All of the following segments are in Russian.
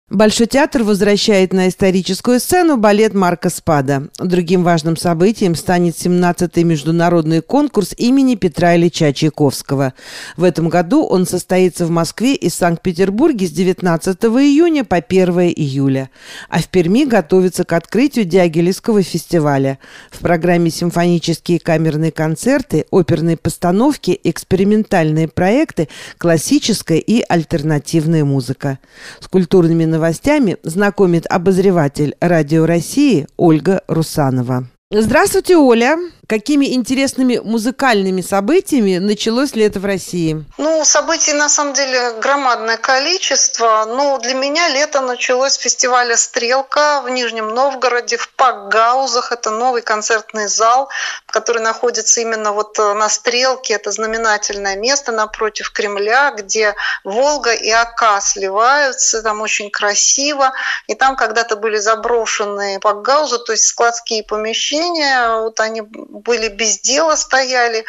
Большой театр возвращает на историческую сцену балет Марко Спада. Другим важным событием станет 17-й международный конкурс имени Петра Ильича Чайковского. В этом году он состоится в Москве и Санкт-Петербурге с 19 июня по 1 июля. А в Перми готовится к открытию Дягилевского фестиваля. В программе симфонические и камерные концерты, оперные постановки, экспериментальные проекты, классическая и альтернативная музыка. С культурными новостями знакомит обозреватель Радио России Ольга Русанова. Здравствуйте, Оля! Какими интересными музыкальными событиями началось лето в России? Событий на самом деле громадное количество. Для меня лето началось с фестиваля «Стрелка» в Нижнем Новгороде, в Пакгаузах. Это новый концертный зал, который находится именно на Стрелке. Это знаменательное место напротив Кремля, где Волга и Ока сливаются. Там очень красиво. И там когда-то были заброшенные Пакгаузы, то есть складские помещения. Они были без дела, стояли,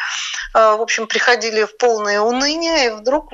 в общем, приходили в полное уныние. И вдруг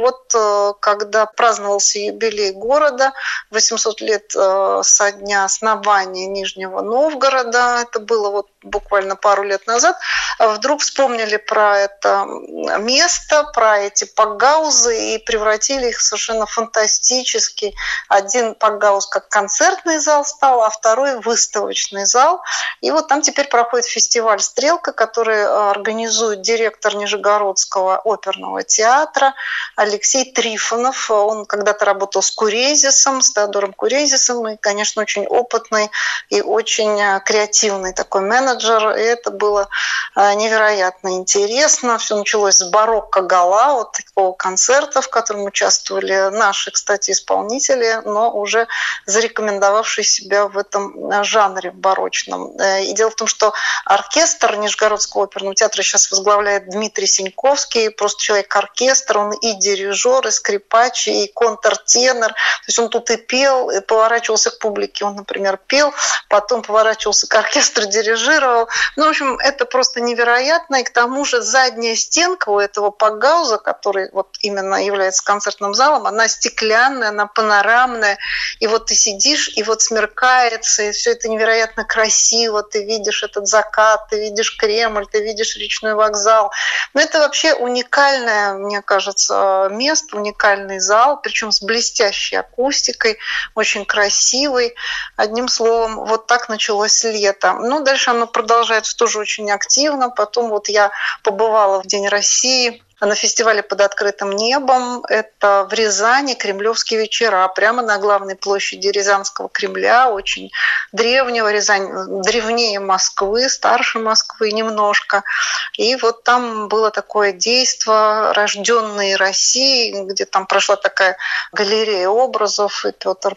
когда праздновался юбилей города, 800 лет со дня основания Нижнего Новгорода, это было буквально пару лет назад, вдруг вспомнили про это место, про эти пакгаузы и превратили их в совершенно фантастический. Один пакгауз как концертный зал стал, а второй выставочный зал. И там теперь проходит фестиваль «Стрелка», который организует директор Нижегородского оперного театра Алексей Трифонов. Он когда-то работал с Курезисом, с Теодором Курезисом, и, конечно, очень опытный и очень креативный такой менеджер. И это было невероятно интересно. Все началось с барокко гала, такого концерта, в котором участвовали наши, кстати, исполнители, но уже зарекомендовавшие себя в этом жанре барочном. И дело в том, что оркестр Нижегородского оперного театра сейчас возглавляет Дмитрий Синьковский, просто человек-оркестр, он и дирижер, и скрипач, и контртенор. То есть он тут и пел, и поворачивался к публике, он, например, пел, потом поворачивался к оркестру, дирижировал. В общем, это просто невероятно. И к тому же задняя стенка у этого пакгауза, который именно является концертным залом, она стеклянная, она панорамная. И ты сидишь, и смеркается, и все это невероятно красиво. Ты видишь этот закат, ты видишь Кремль, ты видишь речной вокзал. Но это вообще уникальное, мне кажется, место, уникальный зал, причем с блестящей акустикой, очень красивый. Одним словом, так началось лето. Дальше оно продолжается тоже очень активно. Потом я побывала в День России на фестивале «Под открытым небом». Это в Рязани, Кремлевские вечера, прямо на главной площади Рязанского Кремля, очень древнего. Рязань древнее Москвы, старше Москвы немножко. И там было такое действо «Рожденные Россией», где там прошла такая галерея образов, и Петр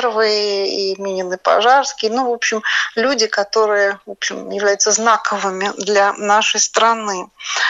I, и Минин, и Пожарский. В общем, люди, которые, являются знаковыми для нашей страны.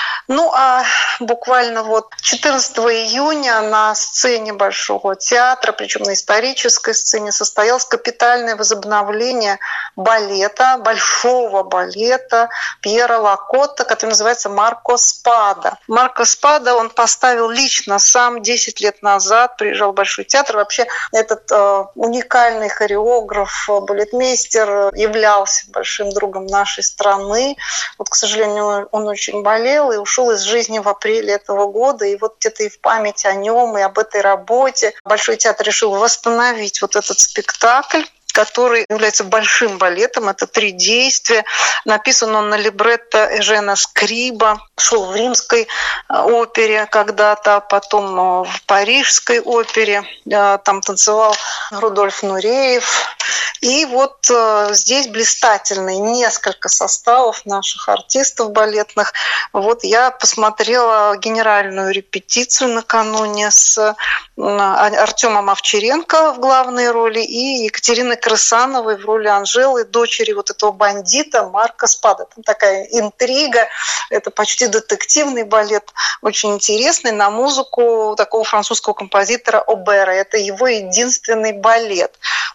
А буквально 14 июня на сцене Большого театра, причем на исторической сцене, состоялось капитальное возобновление балета, большого балета Пьера Лакотта, который называется «Марко Спада». Марко Спада он поставил лично сам 10 лет назад, приезжал в Большой театр. Вообще этот уникальный хореограф, балетмейстер являлся большим другом нашей страны. К сожалению, он очень болел и ушел из жизни в апреле этого года. И где-то и в память о нем, и об этой работе Большой театр решил восстановить этот спектакль, который является большим балетом. Это 3 действия. Написан он на либретто Эжена Скриба. Шел в Римской опере когда-то, потом в Парижской опере. Там танцевал Рудольф Нуреев. И здесь блистательные несколько составов наших артистов балетных. Я посмотрела генеральную репетицию накануне с Артемом Овчаренко в главной роли и Екатериной Крысановой в роли Анжелы, дочери этого бандита Марко Спада. Там такая интрига, это почти детективный балет, очень интересный, на музыку такого французского композитора Обера. Это его единственный балет.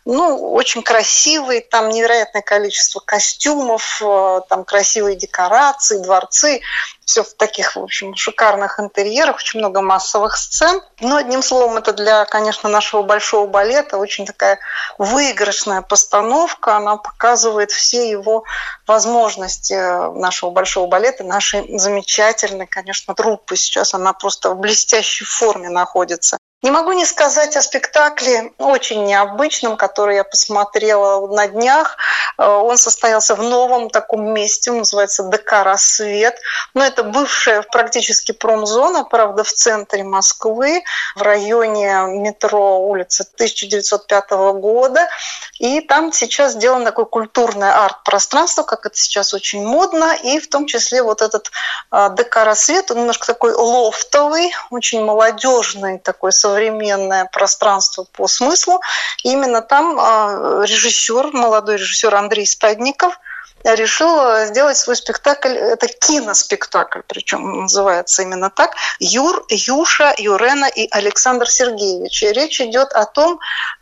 очень красивый, там невероятное количество костюмов, там красивые декорации, дворцы, все в таких, в общем, шикарных интерьерах, очень много массовых сцен. Но, одним словом, это для, конечно, нашего большого балета очень такая выигрышная постановка. Она показывает все его возможности нашего большого балета, нашей замечательной, конечно, труппы. Сейчас она просто в блестящей форме находится. Не могу не сказать о спектакле очень необычном, который я посмотрела на днях. Он состоялся в новом таком месте, он называется ДК «Рассвет». Но это бывшая практически промзона, правда, в центре Москвы, в районе метро улицы 1905 года. И там сейчас сделано такое культурное арт-пространство, как это сейчас очень модно. И в том числе вот этот ДК «Рассвет», он немножко такой лофтовый, очень молодежный такой современное пространство по смыслу. И именно там молодой режиссер Андрей Стадников решил сделать свой спектакль. Это киноспектакль, причем называется именно так. Юша, Юрена и Александр Сергеевич. И речь идет о том,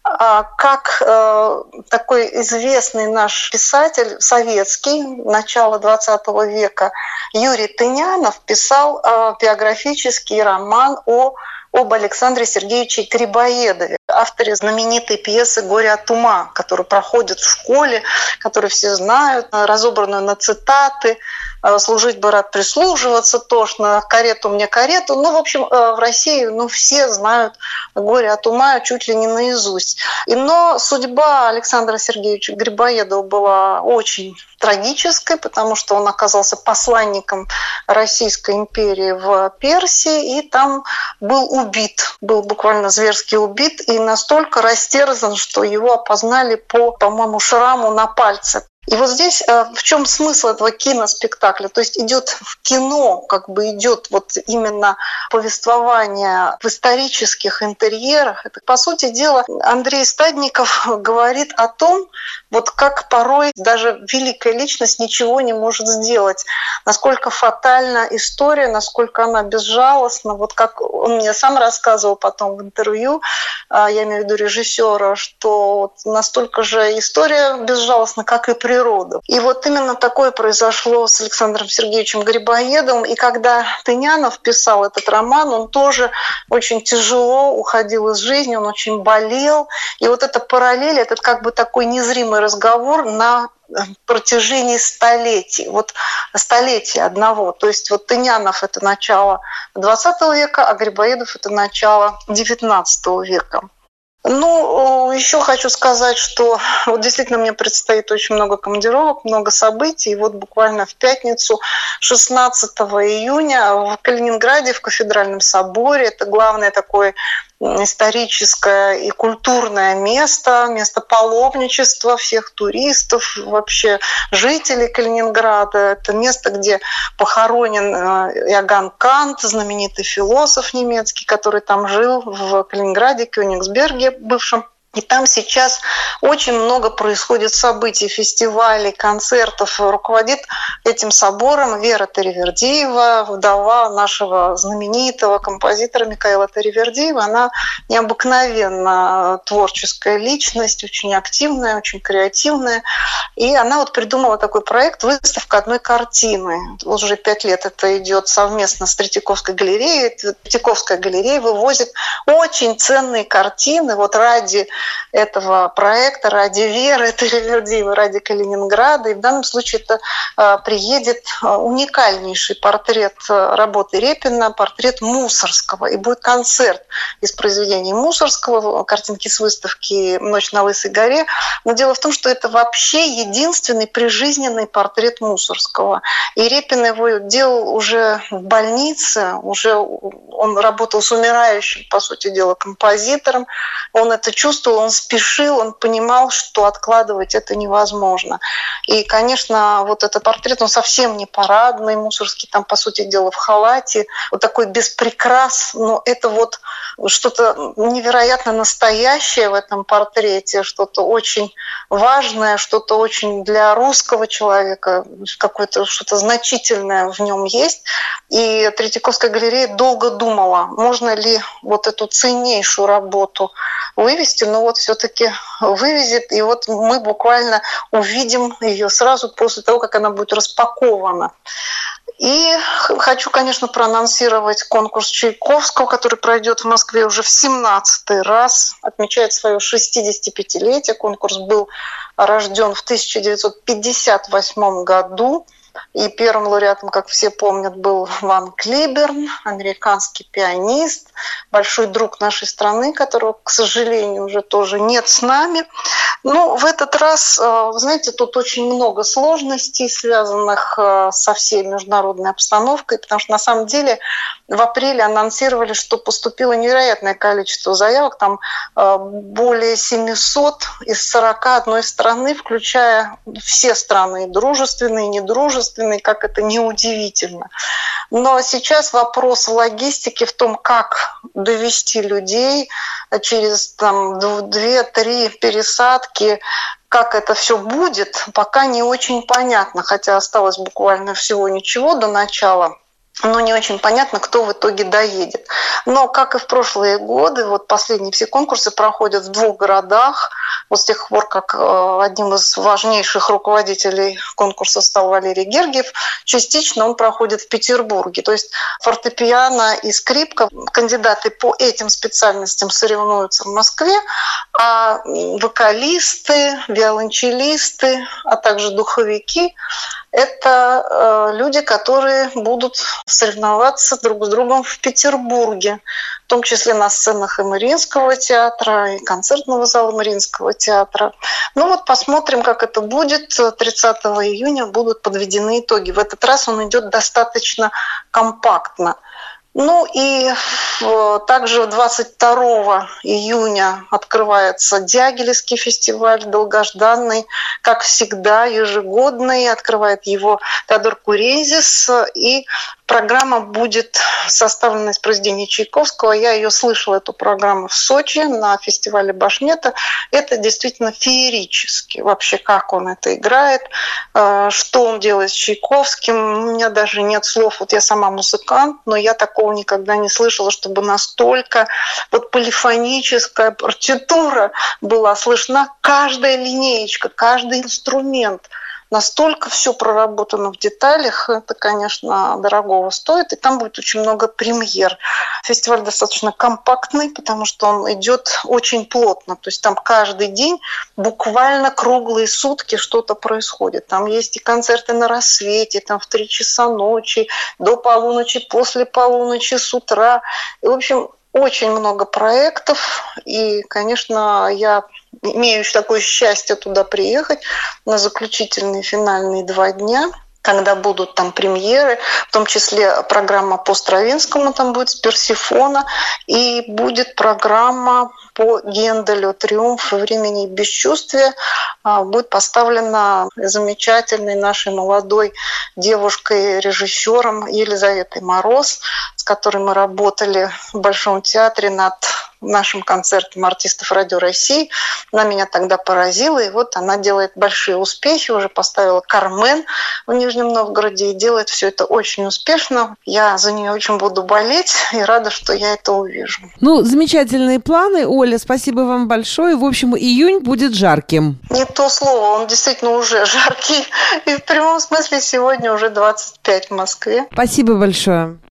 как такой известный наш писатель советский начала XX века Юрий Тынянов писал биографический роман об Александре Сергеевиче Грибоедове, авторе знаменитой пьесы «Горе от ума», которую проходят в школе, которую все знают, разобранную на цитаты. «Служить бы рад, прислуживаться тошно», «Карету мне карету». В общем, в России все знают «Горе от ума» чуть ли не наизусть. Но судьба Александра Сергеевича Грибоедова была очень трагической, потому что он оказался посланником Российской империи в Персии, и там был буквально зверски убит, и настолько растерзан, что его опознали по-моему, шраму на пальце. И вот здесь в чем смысл этого киноспектакля? То есть идет в кино, идет вот именно повествование в исторических интерьерах. Это, по сути дела, Андрей Стадников говорит о том, вот как порой даже великая личность ничего не может сделать. Насколько фатальна история, насколько она безжалостна. Вот как он мне сам рассказывал потом в интервью, я имею в виду режиссера, что настолько же история безжалостна, как и природа. И вот именно такое произошло с Александром Сергеевичем Грибоедовым. И когда Тынянов писал этот роман, он тоже очень тяжело уходил из жизни, он очень болел. И вот эта параллель, этот такой незримый разговор на протяжении столетий. Вот столетия одного. То есть вот Тынянов — это начало XX века, а Грибоедов — это начало XIX века. Еще хочу сказать, что вот действительно мне предстоит очень много командировок, много событий. И вот буквально в пятницу, 16 июня, в Калининграде, в Кафедральном соборе, это главное такое историческое и культурное место паломничества всех туристов, вообще жителей Калининграда. Это место, где похоронен Иоганн Кант, знаменитый философ немецкий, который там жил в Калининграде, Кёнигсберге бывшем. И там сейчас очень много происходит событий, фестивалей, концертов. Руководит этим собором Вера Таривердиева, вдова нашего знаменитого композитора Микаэла Таривердиева. Она необыкновенно творческая личность, очень активная, очень креативная. И она вот придумала такой проект «Выставка одной картины». Вот уже 5 лет это идет совместно с Третьяковской галереей. Третьяковская галерея вывозит очень ценные картины вот ради этого проекта, ради Веры Таривердиевой, ради Калининграда. И в данном случае это приедет уникальнейший портрет работы Репина, портрет Мусорского. И будет концерт из произведений Мусорского, картинки с выставки «Ночь на Лысой горе». Но дело в том, что это вообще единственный прижизненный портрет Мусорского. И Репин его делал уже в больнице, уже он работал с умирающим, по сути дела, композитором. Он это чувствовал, он спешил, он понимал, что откладывать это невозможно. И, конечно, вот этот портрет, он совсем не парадный, Мусорский там, по сути дела, в халате, вот такой без прикрас, но это вот что-то невероятно настоящее в этом портрете, что-то очень важное, что-то очень для русского человека, какое-то что-то значительное в нем есть. И Третьяковская галерея долго думала, можно ли вот эту ценнейшую работу вывести, но но вот все-таки вывезет. И вот мы буквально увидим ее сразу после того, как она будет распакована. И хочу, конечно, проанонсировать конкурс Чайковского, который пройдет в Москве уже в 17-й раз, отмечает свое 65-летие. Конкурс был рожден в 1958 году. И первым лауреатом, как все помнят, был Ван Клиберн, американский пианист, большой друг нашей страны, которого, к сожалению, уже тоже нет с нами. Но в этот раз, вы знаете, тут очень много сложностей, связанных со всей международной обстановкой, потому что на самом деле в апреле анонсировали, что поступило невероятное количество заявок, там более 700 из 41 страны, включая все страны, дружественные, недружественные, как это ни удивительно. Но сейчас вопрос в логистике, в том, как довести людей через 2-3 пересадки, как это все будет, пока не очень понятно, хотя осталось буквально всего ничего до начала. Но не очень понятно, кто в итоге доедет. Но, как и в прошлые годы, вот последние все конкурсы проходят в 2 городах. Вот с тех пор, как одним из важнейших руководителей конкурса стал Валерий Гергиев, частично он проходит в Петербурге. То есть фортепиано и скрипка, кандидаты по этим специальностям соревнуются в Москве, а вокалисты, виолончелисты, а также духовики – это люди, которые будут соревноваться друг с другом в Петербурге, в том числе на сценах и Мариинского театра, и концертного зала Мариинского театра. Ну вот посмотрим, как это будет. 30 июня будут подведены итоги. В этот раз он идет достаточно компактно. Ну и также 22 июня открывается Дягилевский фестиваль, долгожданный, как всегда, ежегодный. Открывает его Теодор Курензис. И программа будет составлена из произведений Чайковского. Я ее слышала, эту программу, в Сочи на фестивале Башнета. Это действительно феерически. Вообще, как он это играет, что он делает с Чайковским. У меня даже нет слов. Вот я сама музыкант, но я такого никогда не слышала, чтобы настолько вот полифоническая партитура была слышна. Каждая линеечка, каждый инструмент. Настолько все проработано в деталях, это, конечно, дорогого стоит, и там будет очень много премьер. Фестиваль достаточно компактный, потому что он идет очень плотно, то есть там каждый день буквально круглые сутки что-то происходит. Там есть и концерты на рассвете, там в 3 часа ночи, до полуночи, после полуночи, с утра. И, в общем, очень много проектов, и, конечно, я имею такое счастье туда приехать на заключительные финальные 2 дня, когда будут там премьеры, в том числе программа по Стравинскому, там будет с Персифона, и будет программа по Генделю «Триумф времени и бесчувствия». Будет поставлена замечательной нашей молодой девушкой-режиссером Елизаветой Мороз, с которой мы работали в Большом театре над нашим концертом артистов Радио России. Она меня тогда поразила, и вот она делает большие успехи, уже поставила «Кармен» в Нижнем Новгороде и делает все это очень успешно. Я за нее очень буду болеть и рада, что я это увижу. Ну, замечательные планы, Оля, спасибо вам большое. В общем, июнь будет жарким. Не то слово, он действительно уже жаркий. И в прямом смысле сегодня уже 25 в Москве. Спасибо большое.